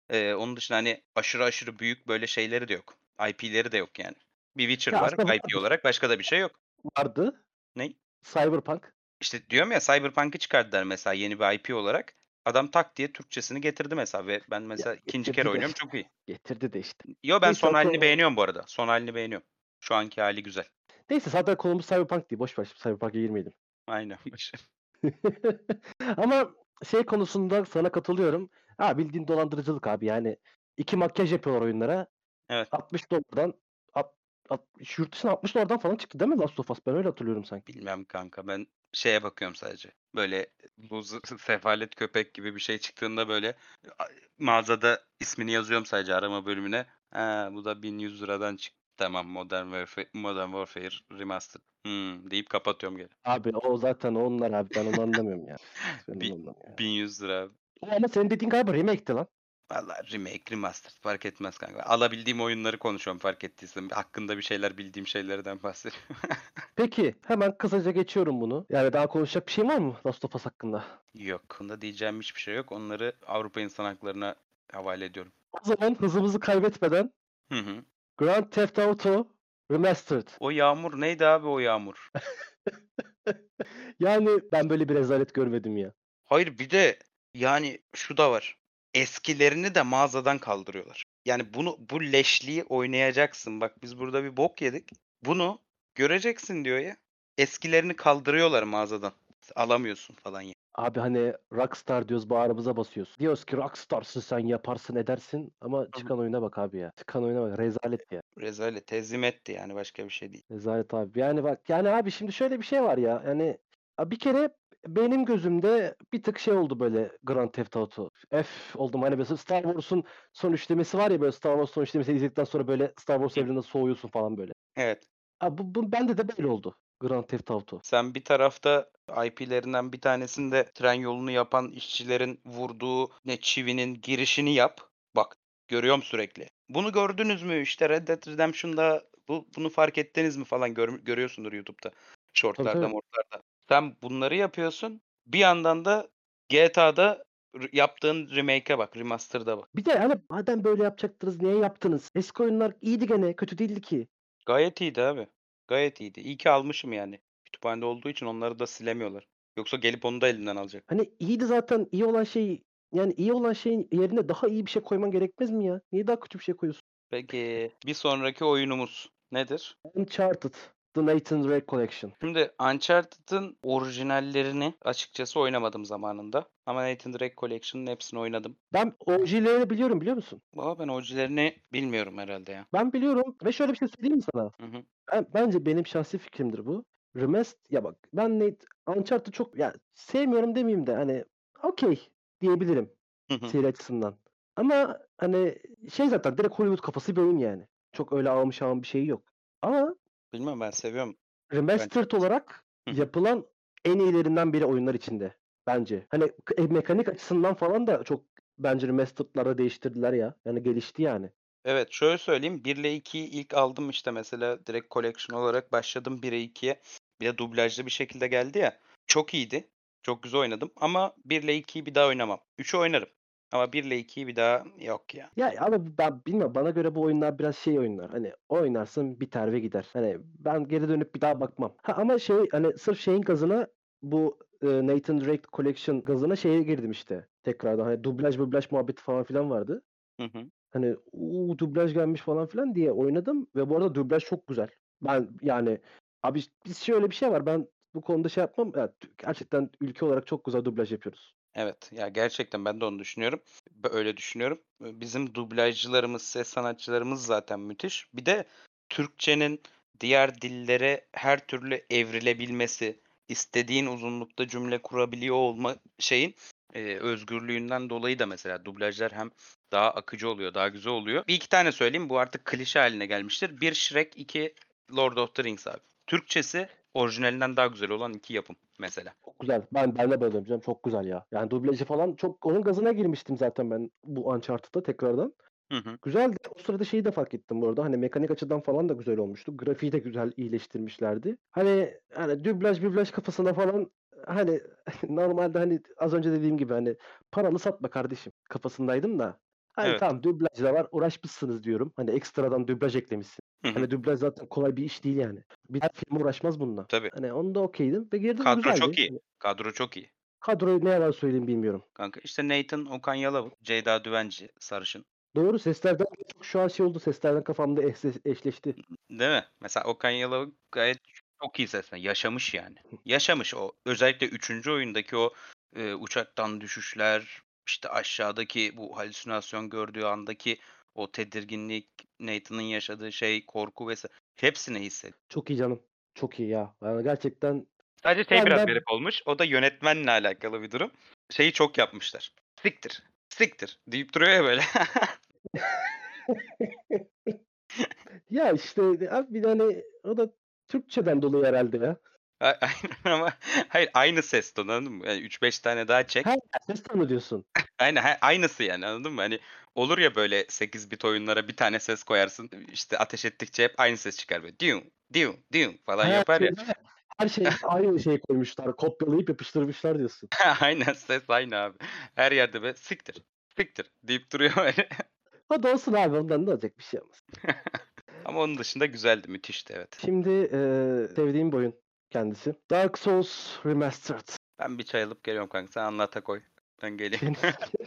Eee, onun dışında, hani, aşırı aşırı büyük böyle şeyleri de yok. I P'leri de yok yani. Bir Witcher Ya, var aslında I P vardır. olarak, başka da bir şey yok. Vardı. Ney? Cyberpunk. İşte diyorum ya, Cyberpunk'ı çıkardılar mesela yeni bir I P olarak. Adam tak diye Türkçesini getirdi mesela ve ben Ya, mesela ikinci kere getirdi de oynuyorum, işte. çok iyi. Getirdi de işte. Yo, ben Neyse son o hâlini konu beğeniyorum bu arada. Son hâlini beğeniyorum. Şu anki hâli güzel. neyse zaten konumuz Cyberpunk değil. Boş ver şimdi Cyberpunk'a girmeyelim. Aynen. Başı Ama şey konusunda sana katılıyorum. Ha, bildiğin dolandırıcılık abi. Yani iki makyaj yapıyorlar oyunlara. Evet. altmış dolardan at, at, yurt dışına altmış dolardan falan çıktı değil mi Last of Us? Ben öyle hatırlıyorum sanki. Bilmem kanka, ben şeye bakıyorum sadece. Böyle loser, sefalet köpek gibi bir şey çıktığında böyle a mağazada ismini yazıyorum sadece arama bölümüne. Ha, bu da bin yüz liradan çıktı. Tamam, Modern Warfare Modern Warfare Remastered. Hımm, deyip kapatıyorum geri. Abi o zaten onlar abi. Ben onu anlamıyorum ya. Ben onu Bi anlamıyorum ya. bin yüz lira abi. O ama senin dediğin galiba remake'ti lan. Valla remake, remastered fark etmez kanka. Alabildiğim oyunları konuşuyorum fark ettiysen. Hakkında bir şeyler bildiğim şeylerden bahsediyorum. Peki hemen kısaca geçiyorum bunu. Yani daha konuşacak bir şey var mı Last of Us hakkında? Yok. Bunda diyeceğim hiçbir şey yok. Onları Avrupa İnsan Hakları'na havale ediyorum. O zaman hızımızı kaybetmeden Hı hı. Grand Theft Auto Remastered. O yağmur neydi abi o yağmur? Yani ben böyle bir rezalet görmedim ya. Hayır bir de yani şu da var. Eskilerini de mağazadan kaldırıyorlar. Yani bunu bu leşliği oynayacaksın. Bak biz burada bir bok yedik. Bunu göreceksin diyor ya. Eskilerini kaldırıyorlar mağazadan. Alamıyorsun falan ya. Abi hani Rockstar diyoruz bağrımıza basıyoruz. Diyoruz ki Rockstar'sın sen yaparsın edersin ama Hı hı. çıkan oyuna bak abi ya. Çıkan oyuna bak rezalet ya. Rezalet tezlim etti yani başka bir şey değil. Rezalet abi. Yani bak yani abi şimdi şöyle bir şey var ya. Yani a, bir kere benim gözümde bir tık şey oldu böyle Grand Theft Auto. F oldum hani mesela Star Wars'un son üçlemesi var ya böyle Star Wars son üçlemesini izledikten sonra böyle Star Wars Hı. evreninden soğuyorsun falan böyle. Evet. Abi bu, bu bende de böyle oldu. Grand Theft Auto. Sen bir tarafta I P'lerinden bir tanesinde tren yolunu yapan işçilerin vurduğu ne çivinin girişini yap. Bak görüyorum sürekli. Bunu gördünüz mü? İşte Red Dead Redemption'da bu, bunu fark ettiniz mi falan gör, görüyorsundur YouTube'da. Tabii Shortlarda tabii. mortlarda. Sen bunları yapıyorsun. Bir yandan da G T A'da r- yaptığın remake'e bak, remaster'da bak. Bir de hani madem böyle yapacaktınız niye yaptınız? Eski oyunlar iyiydi gene kötü değildi ki. Gayet iyiydi abi. Gayet iyiydi. İyi ki almışım yani. Kütüphanede olduğu için onları da silemiyorlar. Yoksa gelip onu da elimden alacak. Hani iyiydi zaten iyi olan şey yani iyi olan şeyin yerine daha iyi bir şey koyman gerekmez mi ya? Niye daha kötü bir şey koyuyorsun? Peki bir sonraki oyunumuz nedir? Uncharted The Nathan Drake Collection. Şimdi Uncharted'ın orijinallerini açıkçası oynamadım zamanında. Ama Nathan Drake Collection'ın hepsini oynadım. Ben O G'lerini biliyorum biliyor musun? Valla ben orijinallerini bilmiyorum herhalde ya. Ben biliyorum ve şöyle bir şey söyleyeyim mi sana? Hı hı. Ben, bence benim şahsi fikrimdir bu. Remastered ya bak ben Nate Uncharted çok ya sevmiyorum demeyeyim de hani okey diyebilirim Hı hı. seri açısından. Ama hani şey zaten direkt Hollywood kafası bir oyun yani. Çok öyle almış ağım bir şey yok. Ama Bilmem ben seviyorum remastered Uncharted. olarak Hı hı. yapılan en iyilerinden biri oyunlar içinde bence. Hani k- e, mekanik açısından falan da çok bence remastered'larda değiştirdiler ya. Yani gelişti yani. Evet şöyle söyleyeyim. bir ile ikiyi ilk aldım işte mesela direkt collection olarak başladım bire ikiye. Bir de dublajlı bir şekilde geldi ya. Çok iyiydi. Çok güzel oynadım ama bir ile ikiyi bir daha oynamam. üçü oynarım. Ama bir ile ikiyi bir daha yok ya. Ya ama ben bilmiyorum bana göre bu oyunlar biraz şey oyunlar. Hani oynarsın biter ve gider. Hani ben geri dönüp bir daha bakmam. Ha, ama şey hani sırf şeyin gazına bu e, Nathan Drake Collection gazına şeye girdim işte. Tekrardan hani dublaj dublaj muhabbeti falan filan vardı. Hı hı. Hani uuu dublaj gelmiş falan filan diye oynadım ve bu arada dublaj çok güzel. Ben yani abi biz şöyle bir şey var. Ben bu konuda şey yapmam. Ya, gerçekten ülke olarak çok güzel dublaj yapıyoruz. Evet, ya gerçekten ben de onu düşünüyorum. Bö öyle düşünüyorum. Eee, bizim dublajcılarımız, ses sanatçılarımız zaten müthiş. Bir de Türkçenin diğer dillere her türlü evrilebilmesi, istediğin uzunlukta cümle kurabiliyor olma şeyin, eee, özgürlüğünden dolayı da mesela dublajlar hem daha akıcı oluyor, daha güzel oluyor. bir iki tane söyleyeyim, bu artık klişe haline gelmiştir. Bir Shrek, iki Lord of the Rings abi. Türkçesi orijinalinden daha güzel olan iki yapım mesela. Çok güzel. Ben ben de bayılıyorum canım. Çok güzel ya. Yani dublajı falan çok onun gazına girmiştim zaten ben bu Uncharted'da tekrardan. Hı hı. Güzeldi. O sırada şeyi de fark ettim bu arada. Hani mekanik açıdan falan da güzel olmuştu. Grafiği de güzel iyileştirmişlerdi. Hani hani dublaj dublaj kafasına falan hani normalde hani az önce dediğim gibi hani paranı satma kardeşim kafasındaydım da. Hani Evet. tamam dublaj da var, uğraşmışsınız diyorum. Hani ekstradan dublaj eklemişsin. Hı hı. Hani dublaj zaten kolay bir iş değil yani. Bir her film uğraşmaz bununla. Tabii. Hani onda okeydim ve girdim Kadro çok güzeldi. iyi. Hani Kadro çok iyi. kadroyu ne yalan söyleyeyim bilmiyorum. Kanka işte Nathan Okan Yalavuk, Ceyda Düvenci, sarışın. Doğru seslerden çok şu an şey oldu. Seslerden kafamda eşleş eşleşti. Değil mi? Mesela Okan Yalavuk gayet çok iyi seslen yaşamış yani. Yaşamış o. Özellikle üçüncü oyundaki o, eee, uçaktan düşüşler, işte, aşağıdaki bu halüsinasyon gördüğü andaki o tedirginlik, Nathan'ın yaşadığı şey, korku vs. hepsini hisset Çok iyi canım. Çok iyi ya. Yani gerçekten Sadece şey ben biraz ben garip olmuş, o da yönetmenle alakalı bir durum. Şeyi çok yapmışlar, "Siktir, siktir." deyip duruyor ya böyle. Ya, işte, abi bir de hani o da Türkçeden dolayı herhâlde ya. A aynen ama hayır aynı ses tonu anladın mı? Yani üç beş tane daha Ha, çek. ses tonu diyorsun. Aynen, he, aynısı yani anladın mı? Hani olur ya böyle sekiz bit oyunlara bir tane ses koyarsın, işte ateş ettikçe hep aynı ses çıkar böyle diu, diu, diu falan Ha, yapar ya. şeyde her şey aynı şeyi koymuşlar. Kopyalayıp yapıştırmışlar diyorsun. Aynen ses aynı abi. Her yerde böyle "Siktir, siktir." deyip duruyor böyle. Hadi olsun abi ondan ne olacak bir şey olmaz. Ama onun dışında güzeldi, müthişti evet. Şimdi, eee, sevdiğim bir oyun kendisi. Dark Souls Remastered. Ben bir çay alıp geliyorum kanka. Sen anlata koy. Ben geleyim. Senin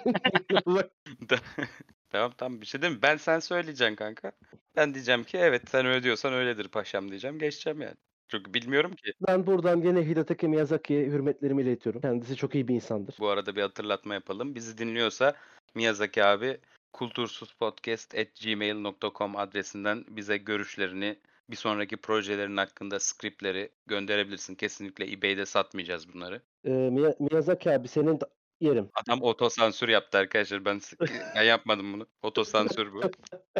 Ta Tamam, tamam bir şey değil mi? Ben sen söyleyeceksin kanka. Ben diyeceğim ki evet sen öyle diyorsan öyledir paşam diyeceğim. Geçeceğim yani. Çünkü bilmiyorum ki. Ben buradan gene Hidetaka Miyazaki'ye hürmetlerimi iletiyorum. Kendisi çok iyi bir insandır. Bu arada bir hatırlatma yapalım. Bizi dinliyorsa Miyazaki abi kultursuzpodcast at gmail nokta com adresinden bize görüşlerini, bir sonraki projelerin hakkında script'leri gönderebilirsin. Kesinlikle eBay'de satmayacağız bunları. Eee, Miya Miyazaki abi senin da yerim. Adam otosansür yaptı arkadaşlar. Ben s ben yapmadım bunu. Otosansür bu.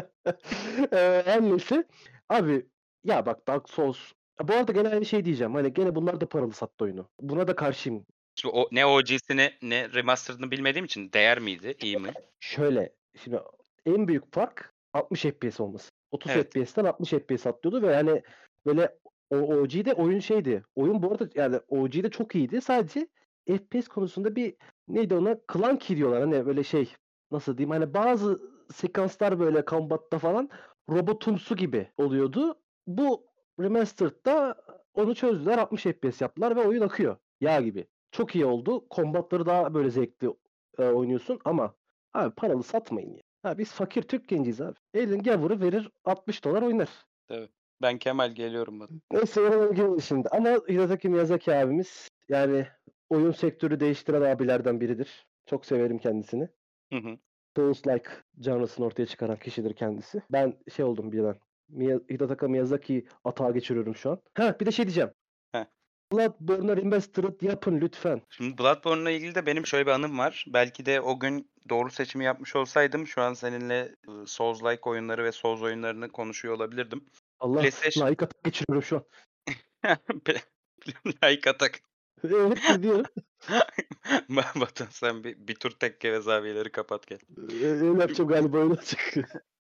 Eee, her neyse. Abi ya bak Dark Souls. Bu arada gene aynı şeyi diyeceğim. Hani gene bunlar da paralı sattı oyunu. Buna da karşıyım. Şimdi o ne O G'sini ne remastered'ını bilmediğim için değer miydi, iyi mi? Şöyle, şimdi en büyük fark altmış F P S olması. otuz Evet. F P S'ten altmış F P S atlıyordu ve hani böyle o OG'de oyun şeydi. Oyun bu arada yani O G'de çok iyiydi. Sadece F P S konusunda bir neydi ona? Clunky diyorlar. Hani böyle şey nasıl diyeyim? Hani bazı sekanslar böyle combat'ta falan robotumsu gibi oluyordu. Bu remastered'da onu çözdüler. altmış F P S yaptılar ve oyun akıyor. Yağ gibi. Çok iyi oldu. Kombatları daha böyle zevkli e, oynuyorsun ama abi paralı satmayın ya. Ha, biz fakir Türk genciyiz abi. Elin gavuru verir altmış dolar oynar. Tabii. Ben Kemal geliyorum bak. Neyse oralara girmeyelim şimdi. Ama Hidetaki Miyazaki abimiz yani oyun sektörü değiştiren abilerden biridir. Çok severim kendisini. Hı hı. Souls-like janrasını ortaya çıkaran kişidir kendisi. Ben şey oldum birden. Miya, Hidetaka Miyazaki atağa geçiriyorum şu an. Ha bir de şey diyeceğim. Heh. Bloodborne'a remastered yapın lütfen. Şimdi Bloodborne'la ilgili de benim şöyle bir anım var. Belki de o gün doğru seçimi yapmış olsaydım şu an seninle, ııı, Souls-like oyunları ve Souls oyunlarını konuşuyor olabilirdim. Allah PlayStation like atağa geçiriyorum şu an. Pe like atak. Evet dinliyorum. Ba Batuhan sen bir bir tur tekke ve zaviyeleri kapat gel. Eee, öyle yapacağım galiba öyle olacak.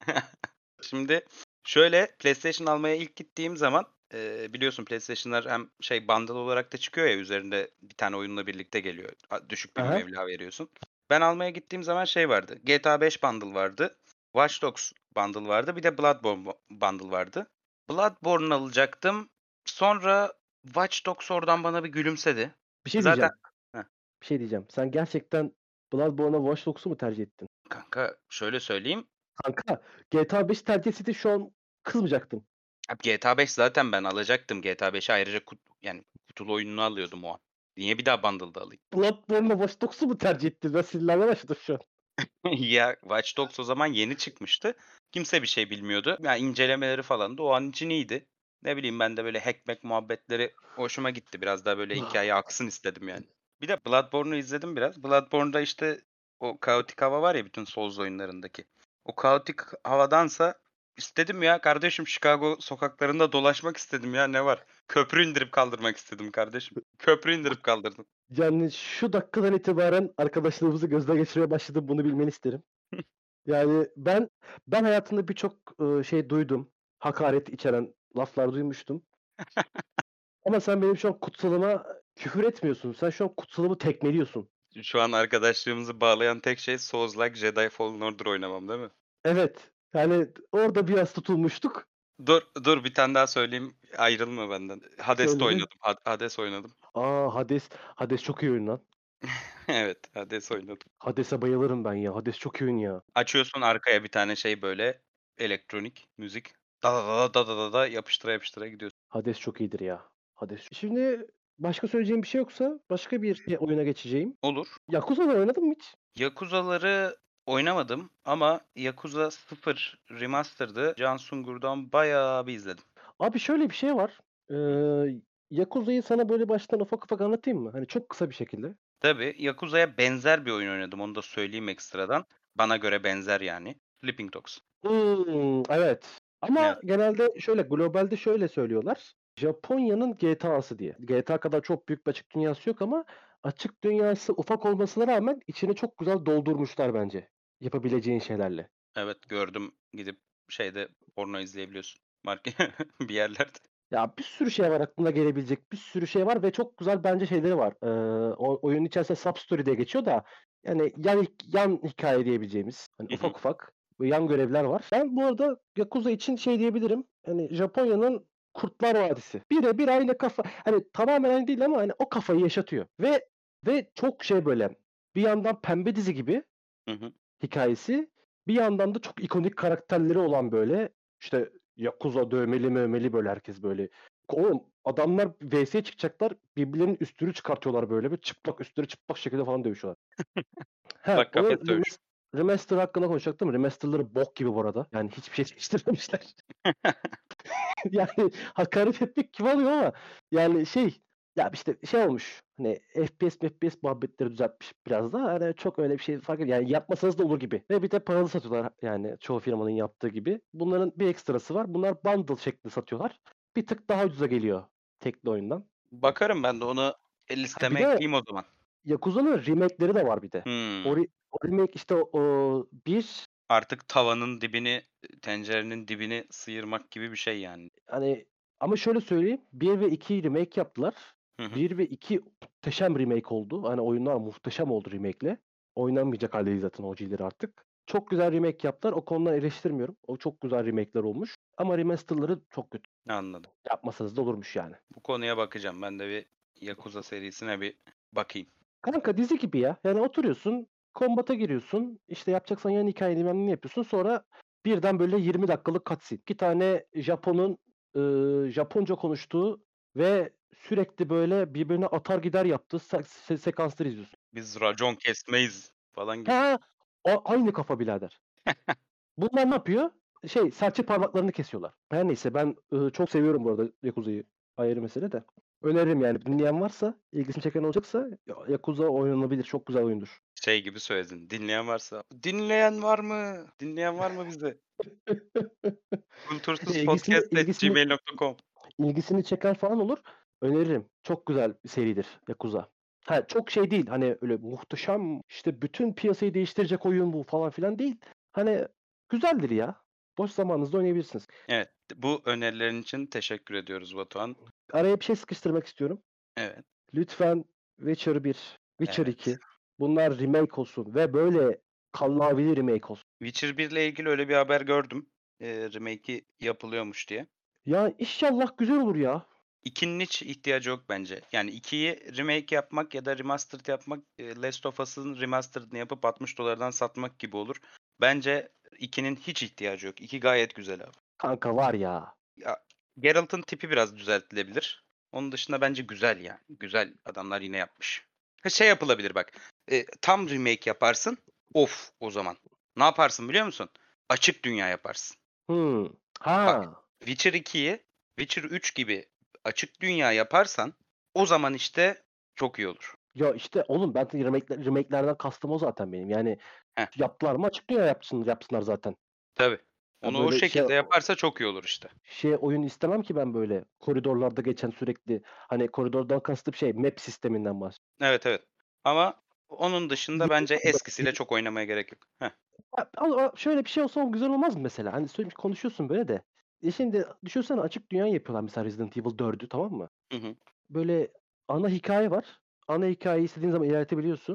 Şimdi şöyle, PlayStation almaya ilk gittiğim zaman, eee, biliyorsun PlayStation'lar hem şey bundle olarak da çıkıyor ya, üzerinde bir tane oyunla birlikte geliyor. A düşük bir Aha. meblağ veriyorsun. Ben almaya gittiğim zaman şey vardı, G T A beş bundle vardı, Watch Dogs bundle vardı, bir de Bloodborne bu bundle vardı. Bloodborne alacaktım. Sonra Watch Dogs oradan bana bir gülümsedi. Bir şey Zaten diyeceğim. Heh. Bir şey diyeceğim. Sen gerçekten Bloodborne'a Watch Dogs'u mu tercih ettin? Kanka şöyle söyleyeyim, Kanka G T A beş tercih etseydin şu an kızmayacaktım. abi G T A beş zaten ben alacaktım. G T A beşi ayrıca kut yani kutulu oyununu alıyordum o an. Niye bir daha bundle'da alayım? Bloodborne'la Watch Dogs'u mu tercih ettin? Ben sinirlenmeye başladım şu an. Ya Watch Dogs o zaman yeni çıkmıştı. Kimse bir şey bilmiyordu. Yani incelemeleri falan da o an için iyiydi. Ne bileyim ben de böyle hack mack muhabbetleri hoşuma gitti. Biraz daha böyle hikaye aksın istedim yani. Bir de Bloodborne'u izledim biraz. Bloodborne'da işte o kaotik hava var ya bütün Souls oyunlarındaki. O kaotik havadansa istedim ya kardeşim Chicago sokaklarında dolaşmak istedim ya ne var? Köprü indirip kaldırmak istedim kardeşim. Köprü indirip kaldırdım. Yani şu dakikadan itibaren arkadaşlığımızı gözden geçirmeye başladım. Bunu bilmeni isterim. Yani ben ben hayatımda birçok ııı, şey duydum. Hakaret içeren laflar duymuştum. Ama sen benim şu an kutsalıma küfür etmiyorsun. Sen şu an kutsalımı tekmeliyorsun. Şu an arkadaşlığımızı bağlayan tek şey Souls-like Jedi Fallen Order oynamam, değil mi? Evet. Yani orada biraz tutulmuştuk. Dur, dur bir tane daha söyleyeyim, ayrılma benden. Hades'te Söyle. oynadım. Ha Hades oynadım. A! Hades. Hades çok iyi oyun lan. Evet, Hades oynadım. Hades'e bayılırım ben ya. Hades çok iyi oyun ya. Açıyorsun arkaya bir tane şey böyle elektronik müzik. Da da da da da da yapıştıra yapıştıra gidiyorsun. Hades çok iyidir ya. Hades. Şimdi başka söyleyeceğim bir şey yoksa başka bir şey oyuna geçeceğim. Olur. Yakuza'da oynadın mı hiç? Yakuza'ları oynamadım ama Yakuza sıfır Remastered'ı Can Sungur'dan bayağı bir izledim. Abi şöyle bir şey var. Hı. Eee, Yakuza'yı sana böyle baştan ufak ufak anlatayım mı? Hani çok kısa bir şekilde. Tabii Yakuza'ya benzer bir oyun oynadım. Onu da söyleyeyim ekstradan. Bana göre benzer yani. Sleeping Dogs. Hımm, evet. Ama Evet. genelde şöyle, globalde şöyle söylüyorlar. Japonya'nın G T A'sı diye. G T A kadar çok büyük bir açık dünyası yok ama açık dünyası ufak olmasına rağmen içini çok güzel doldurmuşlar bence yapabileceğin şeylerle. Evet gördüm. Gidip şeyde porno izleyebiliyorsun. Mark bir yerlerde. Ya bir sürü şey var aklına gelebilecek bir sürü şey var ve çok güzel bence şeyleri var. Eee, o oyunun içerisinde sub story diye geçiyor da yani yan yan hikaye diyebileceğimiz hani Hı hı. ufak ufak ve yan görevler var. Ben bu arada Yakuza için şey diyebilirim. Hani Japonya'nın Kurtlar Vadisi. Bire bir aynı kafa. Hani tamamen aynı değil ama hani o kafayı yaşatıyor. Ve ve çok şey böyle bir yandan pembe dizi gibi Hı hı. hikâyesi. Bir yandan da çok ikonik karakterleri olan böyle, işte, yakuza dövmeli mövmeli böyle herkes böyle. Oğlum adamlar V S'ye çıkacaklar, birbirlerinin üstünü çıkartıyorlar böyle bir çıplak, üstleri çıplak şekilde falan dövüşüyorlar. He, Bak kafes onun dövüşü. remas remaster hakkında konuşacaktım. Remaster'ları bok gibi bu arada. Yani hiçbir şey değiştirmemişler. Yani hakaret etmek gibi oluyor ama yani şey, ya işte şey olmuş, hani F P S F P S muhabbetleri düzeltmiş biraz da hani çok öyle bir şey fark et yani yapmasanız da olur gibi ve bir de pahalı satıyorlar yani çoğu firmanın yaptığı gibi. Bunların bir ekstrası var. Bunlar bundle şeklinde satıyorlar. Bir tık daha ucuza geliyor tekli oyundan. Bakarım ben de onu e, Ha bir listeme de ekleyeyim o zaman. Yakuza'nın remake'leri de var bir de. O, Hımm. re- o remake işte o bir Artık tavanın dibini, tencerenin dibini sıyırmak gibi bir şey yani. hani ama şöyle söyleyeyim. Bir ve ikiyi remake yaptılar. Hı hı. Bir ve iki muhteşem remake oldu. Hani oyunlar muhteşem oldu remake'le. Oynanmayacak hâlde değil zaten O G'leri artık. Çok güzel remake yaptılar. O konudan eleştirmiyorum. O çok güzel remake'ler olmuş. Ama remaster'ları çok kötü. Anladım. Yapmasanız da olurmuş yani. Bu konuya bakacağım. Ben de bir Yakuza serisine bir bakayım. Kanka dizi gibi ya. Yani oturuyorsun, kombat'a giriyorsun. İşte yapacaksan yan hikâye bilmem ne yapıyorsun. Sonra birden böyle yirmi dakikalık cutscene. iki tane Japon'un, ııı, Japonca konuştuğu ve sürekli böyle birbirine atar gider yaptığı se se sekansları izliyorsun. Biz racon kesmeyiz falan gibi. Ha, o aynı kafa birader. Bunlar ne yapıyor? Şey, serçe parmaklarını kesiyorlar. Her neyse ben, ııı, çok seviyorum bu arada Yakuza'yı. Ayrı mesele de. Öneririm yani dinleyen varsa, ilgisini çeken olacaksa Ya Yakuza oynanabilir. Çok güzel oyundur. Şey gibi söyledin. Dinleyen varsa dinleyen var mı? Dinleyen var mı bizi? İlgisini ilgisini kultursuzpodcast at gmail nokta com. ilgisini çeker falan olur. Öneririm. Çok güzel bir seridir Yakuza. Ha, çok şey değil, hani, öyle muhteşem, işte, bütün piyasayı değiştirecek oyun bu falan filan değil. Hani, güzeldir ya. Boş zamanınızda oynayabilirsiniz. Evet, bu önerilerin için teşekkür ediyoruz Batuhan. Araya bir şey sıkıştırmak istiyorum. Evet, Lütfen Witcher bir, Witcher evet. iki bunlar remake olsun ve böyle kallavi remake olsun. Witcher bir ile ilgili öyle bir haber gördüm. Eee, remake'i yapılıyormuş diye. Ya, inşallah güzel olur ya. ikinin hiç ihtiyacı yok bence. Yani ikiyi remake yapmak ya da remastered yapmak, eee, Last of Us'ın remastered'ını yapıp altmış dolardan satmak gibi olur. Bence ikinin hiç ihtiyacı yok. iki gayet güzel abi. Kanka var ya. Ya, Geralt'ın tipi biraz düzeltilebilir. Onun dışında bence güzel yani. Güzel, adamlar yine yapmış. Ha, şey yapılabilir bak, eee, tam remake yaparsın, of o zaman. Ne yaparsın biliyor musun? Açık dünya yaparsın. Hımm. Bak, Ha. Witcher ikiyi Witcher üç gibi açık dünya yaparsan o zaman işte çok iyi olur. Ya, işte, oğlum ben de remake'ler remake'lerden kastım o zaten benim. Yani Heh, yaptılar mı açık dünya yapsın yapsınlar zaten. tabii. Ya, Onu o böyle şey şekilde yaparsa çok iyi olur işte. şey oyun istemem ki ben böyle koridorlarda geçen sürekli, hani, koridordan kastım şey map sisteminden bahsediyorum. Evet, evet. Ama onun dışında bence eskisiyle çok oynamaya gerek yok. Heh. Ya, ama şöyle bir şey olsa o güzel olmaz mı mesela? Hani, sürekli konuşuyorsun böyle de. E, şimdi düşünsene açık dünya yapıyorlar mesela Resident Evil dördü tamam mı? Hı hı. Böyle ana hikâye var. Ana hikâyeyi istediğin zaman ilerletebiliyorsun.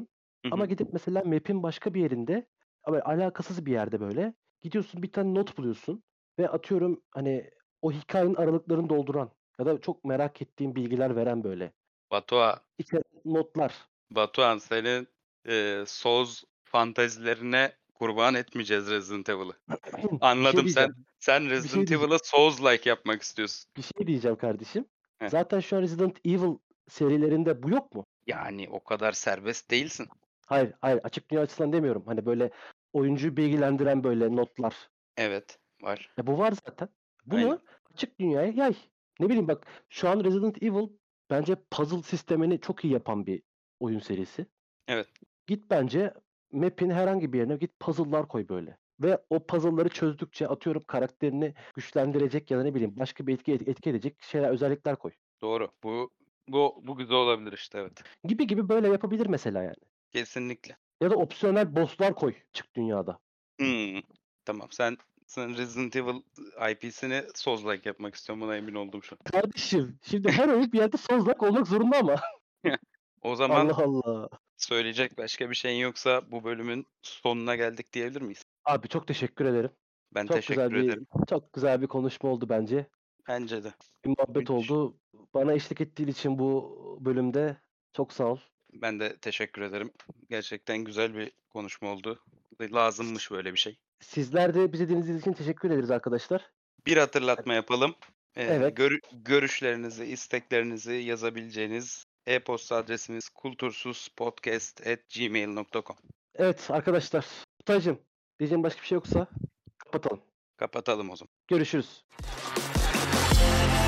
Hı Ama hı. gidip mesela map'in başka bir yerinde ama alakasız bir yerde böyle gidiyorsun bir tane not buluyorsun ve atıyorum hani o hikayenin aralıklarını dolduran ya da çok merak ettiğin bilgiler veren böyle. Batuhan, İşte notlar. Batuhan senin eee Souls fantezilerine kurban etmeyeceğiz Resident Evil'ı. Bir şey Anladım sen diyeceğim. sen Bir şey Resident diyeceğim. Evil'ı Souls-like yapmak istiyorsun. Bir şey diyeceğim kardeşim. Heh. Zaten şu an Resident Evil serilerinde bu yok mu? Yani o kadar serbest değilsin. Hayır, hayır. Açık dünya açısından demiyorum. Hani böyle oyuncuyu bilgilendiren böyle notlar. Evet, var. E bu var zaten. Aynen. Bunu açık dünyaya yay. Ne bileyim bak şu an Resident Evil bence puzzle sistemini çok iyi yapan bir oyun serisi. Evet. Git bence map'in herhangi bir yerine git puzzle'lar koy böyle. Ve o puzzle'ları çözdükçe atıyorum karakterini güçlendirecek ya da ne bileyim başka bir etki etki edecek şeyler özellikler koy. Doğru. Bu bu bu güzel olabilir işte evet. Gibi gibi böyle yapabilir mesela yani. Kesinlikle. Ya da opsiyonel boss'lar koy çık dünyada. Hımm. Tamam sen sen Resident Evil I P'sini Souls-like yapmak istiyorsun buna emin oldum şu an. Kardeşim şimdi her oyun bir yerde Souls-like olmak zorunda ama. O zaman Allah Allah. söyleyecek başka bir şeyin yoksa bu bölümün sonuna geldik diyebilir miyiz? Abi çok teşekkür ederim. Ben Çok güzel teşekkür bir ederim. çok güzel bir konuşma oldu bence. Bence de. Bir muhabbet Müthiş. oldu. Bana eşlik ettiğin için bu bölümde çok sağ ol. Ben de teşekkür ederim. Gerçekten güzel bir konuşma oldu. Ve lazımmış böyle bir şey. Sizler de bizi dinlediğiniz için teşekkür ederiz arkadaşlar. Bir hatırlatma yapalım. Eee, Evet. görü görüşlerinizi, isteklerinizi yazabileceğiniz e-posta adresimiz kultursuzpodcast at gmail nokta com. Evet arkadaşlar. Kutaycığım diyeceğim başka bir şey yoksa kapatalım. Kapatalım o zaman. Görüşürüz.